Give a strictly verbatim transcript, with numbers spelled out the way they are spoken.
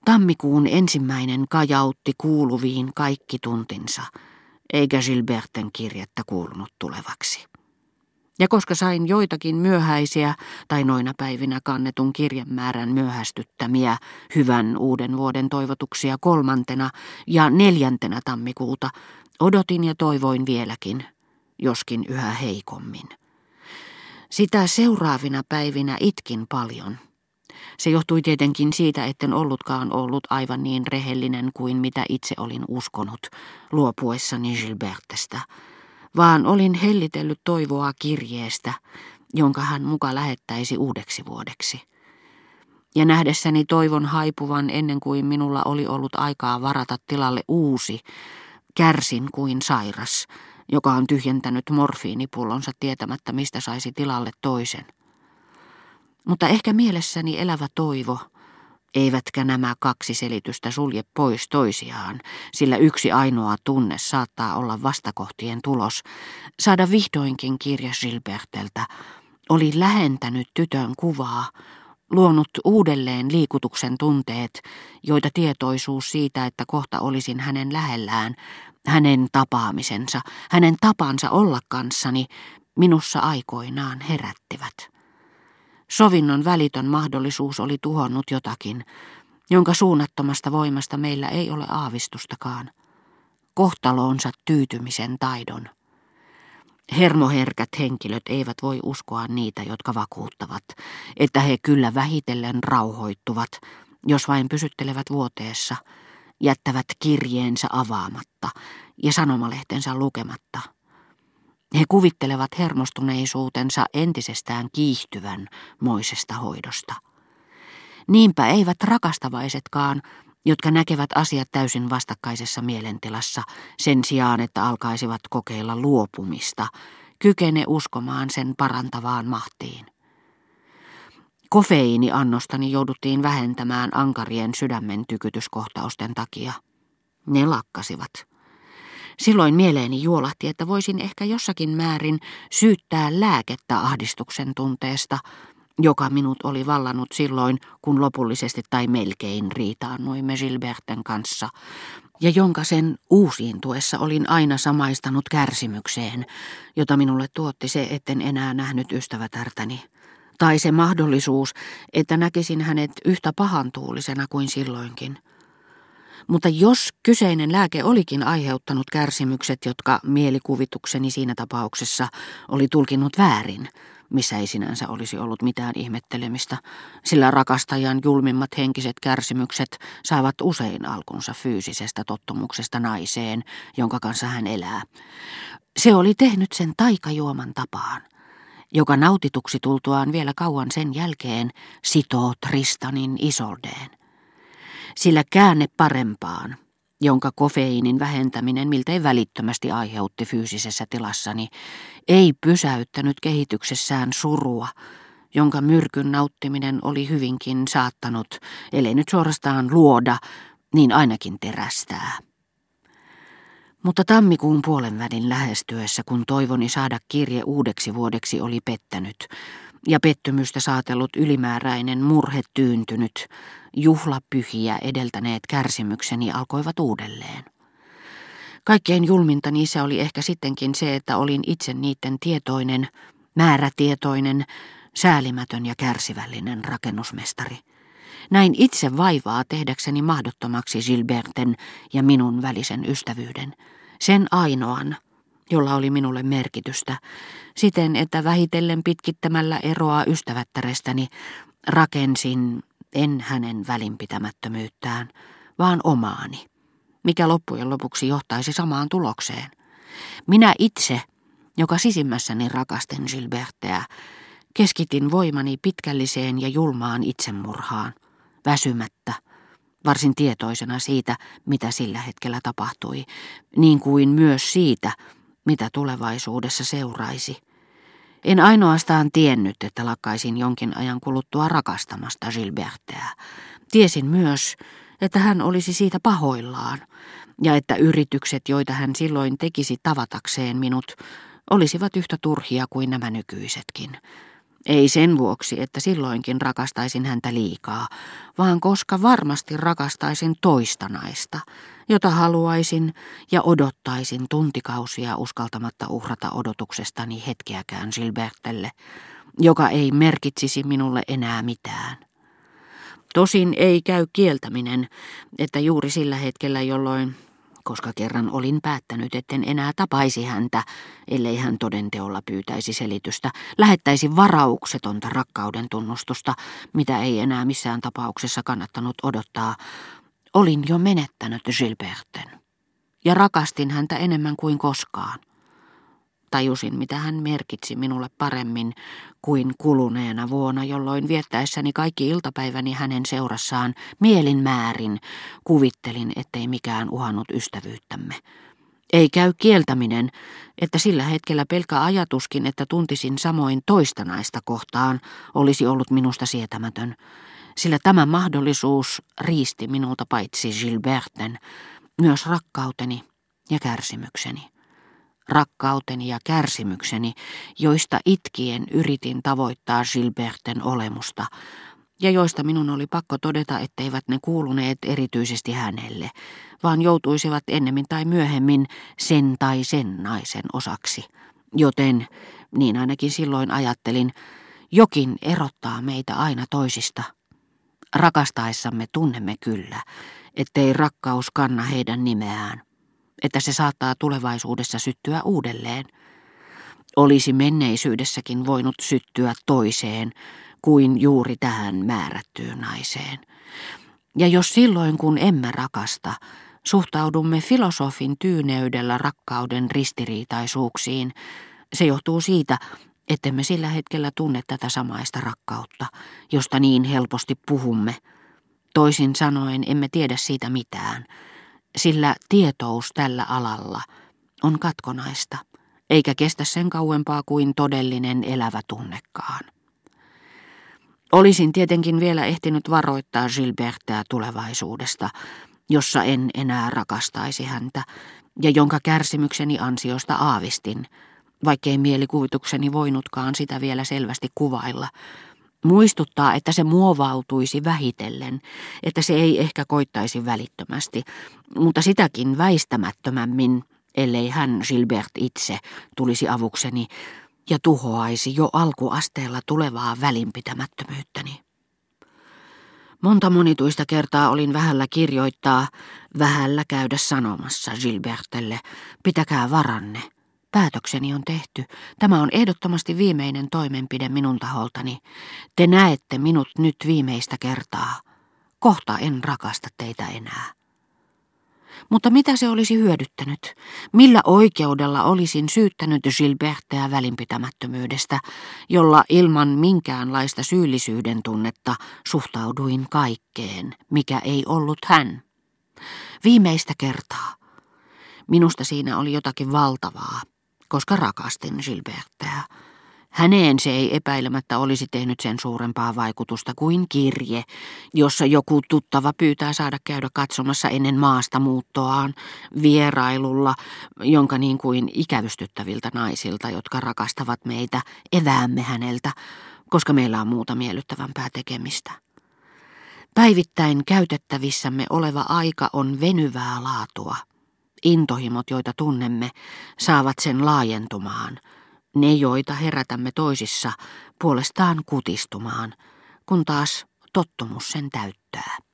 Tammikuun ensimmäinen kajautti kuuluviin kaikki tuntinsa, eikä Gilberten kirjettä kuulunut tulevaksi. Ja koska sain joitakin myöhäisiä tai noina päivinä kannetun kirjemäärän myöhästyttämiä hyvän uuden vuoden toivotuksia kolmantena ja neljäntenä tammikuuta, odotin ja toivoin vieläkin, joskin yhä heikommin. Sitä seuraavina päivinä itkin paljon. Se johtui tietenkin siitä, etten ollutkaan ollut aivan niin rehellinen kuin mitä itse olin uskonut luopuessani Gilbertestä, vaan olin hellitellyt toivoa kirjeestä, jonka hän muka lähettäisi uudeksi vuodeksi. Ja nähdessäni toivon haipuvan ennen kuin minulla oli ollut aikaa varata tilalle uusi, kärsin kuin sairas, joka on tyhjentänyt morfiinipullonsa tietämättä mistä saisi tilalle toisen. Mutta ehkä mielessäni elävä toivo, eivätkä nämä kaksi selitystä sulje pois toisiaan, sillä yksi ainoa tunne saattaa olla vastakohtien tulos, saada vihdoinkin kirja Gilberteltä, oli lähentänyt tytön kuvaa, luonut uudelleen liikutuksen tunteet, joita tietoisuus siitä, että kohta olisin hänen lähellään, hänen tapaamisensa, hänen tapansa olla kanssani, minussa aikoinaan herättivät. Sovinnon välitön mahdollisuus oli tuhonnut jotakin, jonka suunnattomasta voimasta meillä ei ole aavistustakaan. Kohtaloonsa tyytymisen taidon. Hermoherkät henkilöt eivät voi uskoa niitä, jotka vakuuttavat, että he kyllä vähitellen rauhoittuvat, jos vain pysyttelevät vuoteessa, jättävät kirjeensä avaamatta ja sanomalehtensä lukematta. He kuvittelevat hermostuneisuutensa entisestään kiihtyvän moisesta hoidosta. Niinpä eivät rakastavaisetkaan, jotka näkevät asiat täysin vastakkaisessa mielentilassa sen sijaan, että alkaisivat kokeilla luopumista, kykene uskomaan sen parantavaan mahtiin. Kofeiiniannostani jouduttiin vähentämään ankarien sydämen tykytyskohtausten takia. Ne lakkasivat. Silloin mieleeni juolahti, että voisin ehkä jossakin määrin syyttää lääkettä ahdistuksen tunteesta, joka minut oli vallannut silloin, kun lopullisesti tai melkein riitaannuimme Gilberten kanssa, ja jonka sen uusiintuessa olin aina samaistanut kärsimykseen, jota minulle tuotti se, etten enää nähnyt ystävätärtäni, tai se mahdollisuus, että näkisin hänet yhtä pahantuulisena kuin silloinkin. Mutta jos kyseinen lääke olikin aiheuttanut kärsimykset, jotka mielikuvitukseni siinä tapauksessa oli tulkinnut väärin, missä ei sinänsä olisi ollut mitään ihmettelemistä, sillä rakastajan julmimmat henkiset kärsimykset saavat usein alkunsa fyysisestä tottumuksesta naiseen, jonka kanssa hän elää. Se oli tehnyt sen taikajuoman tapaan, joka nautituksi tultuaan vielä kauan sen jälkeen sitoo Tristanin Isoldeen. Sillä käänne parempaan, jonka kofeiinin vähentäminen miltei välittömästi aiheutti fyysisessä tilassani, ei pysäyttänyt kehityksessään surua, jonka myrkyn nauttiminen oli hyvinkin saattanut, ellei nyt suorastaan luoda, niin ainakin terästää. Mutta tammikuun puolenvälin lähestyessä, kun toivoni saada kirje uudeksi vuodeksi oli pettänyt, ja pettymystä saatellut ylimääräinen murhe tyyntynyt, juhlapyhiä edeltäneet kärsimykseni alkoivat uudelleen. Kaikkein julminta niissä oli ehkä sittenkin se, että olin itse niiden tietoinen, määrätietoinen, säälimätön ja kärsivällinen rakennusmestari. Näin itse vaivaa tehdäkseni mahdottomaksi Gilberten ja minun välisen ystävyyden, sen ainoan, jolla oli minulle merkitystä, siten että vähitellen pitkittämällä eroa ystävättärestäni rakensin en hänen välinpitämättömyyttään, vaan omaani, mikä loppujen lopuksi johtaisi samaan tulokseen. Minä itse, joka sisimmässäni rakastin Gilberteä, keskitin voimani pitkälliseen ja julmaan itsemurhaan, väsymättä, varsin tietoisena siitä, mitä sillä hetkellä tapahtui, niin kuin myös siitä, mitä tulevaisuudessa seuraisi. En ainoastaan tiennyt, että lakkaisin jonkin ajan kuluttua rakastamasta Gilberteä. Tiesin myös, että hän olisi siitä pahoillaan, ja että yritykset, joita hän silloin tekisi tavatakseen minut, olisivat yhtä turhia kuin nämä nykyisetkin. Ei sen vuoksi, että silloinkin rakastaisin häntä liikaa, vaan koska varmasti rakastaisin toista naista, jota haluaisin ja odottaisin tuntikausia uskaltamatta uhrata odotuksestani hetkeäkään Gilbertelle, joka ei merkitsisi minulle enää mitään. Tosin ei käy kieltäminen, että juuri sillä hetkellä, jolloin, koska kerran olin päättänyt, etten enää tapaisi häntä, ellei hän todenteolla pyytäisi selitystä, lähettäisi varauksetonta rakkauden tunnustusta, mitä ei enää missään tapauksessa kannattanut odottaa, olin jo menettänyt Gilberten. Ja rakastin häntä enemmän kuin koskaan. Tajusin, mitä hän merkitsi minulle paremmin kuin kuluneena vuonna, jolloin viettäessäni kaikki iltapäiväni hänen seurassaan mielin määrin kuvittelin, ettei mikään uhannut ystävyyttämme. Ei käy kieltäminen, että sillä hetkellä pelkkä ajatuskin, että tuntisin samoin toista naista kohtaan, olisi ollut minusta sietämätön, sillä tämä mahdollisuus riisti minulta paitsi Gilberten, myös rakkauteni ja kärsimykseni. Rakkauteni ja kärsimykseni, joista itkien yritin tavoittaa Gilberten olemusta, ja joista minun oli pakko todeta, etteivät ne kuuluneet erityisesti hänelle, vaan joutuisivat ennemmin tai myöhemmin sen tai sen naisen osaksi. Joten, niin ainakin silloin ajattelin, jokin erottaa meitä aina toisista. Rakastaessamme tunnemme kyllä, ettei rakkaus kanna heidän nimeään, että se saattaa tulevaisuudessa syttyä uudelleen. Olisi menneisyydessäkin voinut syttyä toiseen kuin juuri tähän määrättyyn naiseen. Ja jos silloin, kun emme rakasta, suhtaudumme filosofin tyyneydellä rakkauden ristiriitaisuuksiin, se johtuu siitä, ettemme sillä hetkellä tunne tätä samaista rakkautta, josta niin helposti puhumme. Toisin sanoen emme tiedä siitä mitään, sillä tietous tällä alalla on katkonaista, eikä kestä sen kauempaa kuin todellinen elävä tunnekaan. Olisin tietenkin vielä ehtinyt varoittaa Gilbertää tulevaisuudesta, jossa en enää rakastaisi häntä, ja jonka kärsimykseni ansiosta aavistin, vaikkei mielikuvitukseni voinutkaan sitä vielä selvästi kuvailla. Muistuttaa, että se muovautuisi vähitellen, että se ei ehkä koittaisi välittömästi, mutta sitäkin väistämättömämmin, ellei hän, Gilbert itse, tulisi avukseni ja tuhoaisi jo alkuasteella tulevaa välinpitämättömyyttäni. Monta monituista kertaa olin vähällä kirjoittaa, vähällä käydä sanomassa Gilbertelle, pitäkää varanne. Päätökseni on tehty. Tämä on ehdottomasti viimeinen toimenpide minun taholtani. Te näette minut nyt viimeistä kertaa. Kohta en rakasta teitä enää. Mutta mitä se olisi hyödyttänyt? Millä oikeudella olisin syyttänyt Gilbertteä välinpitämättömyydestä, jolla ilman minkäänlaista syyllisyyden tunnetta suhtauduin kaikkeen, mikä ei ollut hän? Viimeistä kertaa. Minusta siinä oli jotakin valtavaa, koska rakastin Gilbertteä. Häneen se ei epäilemättä olisi tehnyt sen suurempaa vaikutusta kuin kirje, jossa joku tuttava pyytää saada käydä katsomassa ennen maasta muuttoaan vierailulla, jonka niin kuin ikävystyttäviltä naisilta, jotka rakastavat meitä, eväämme häneltä, koska meillä on muuta miellyttävämpää tekemistä. Päivittäin käytettävissämme oleva aika on venyvää laatua. Intohimot, joita tunnemme, saavat sen laajentumaan. Ne, joita herätämme toisissa, puolestaan kutistumaan, kun taas tottumus sen täyttää.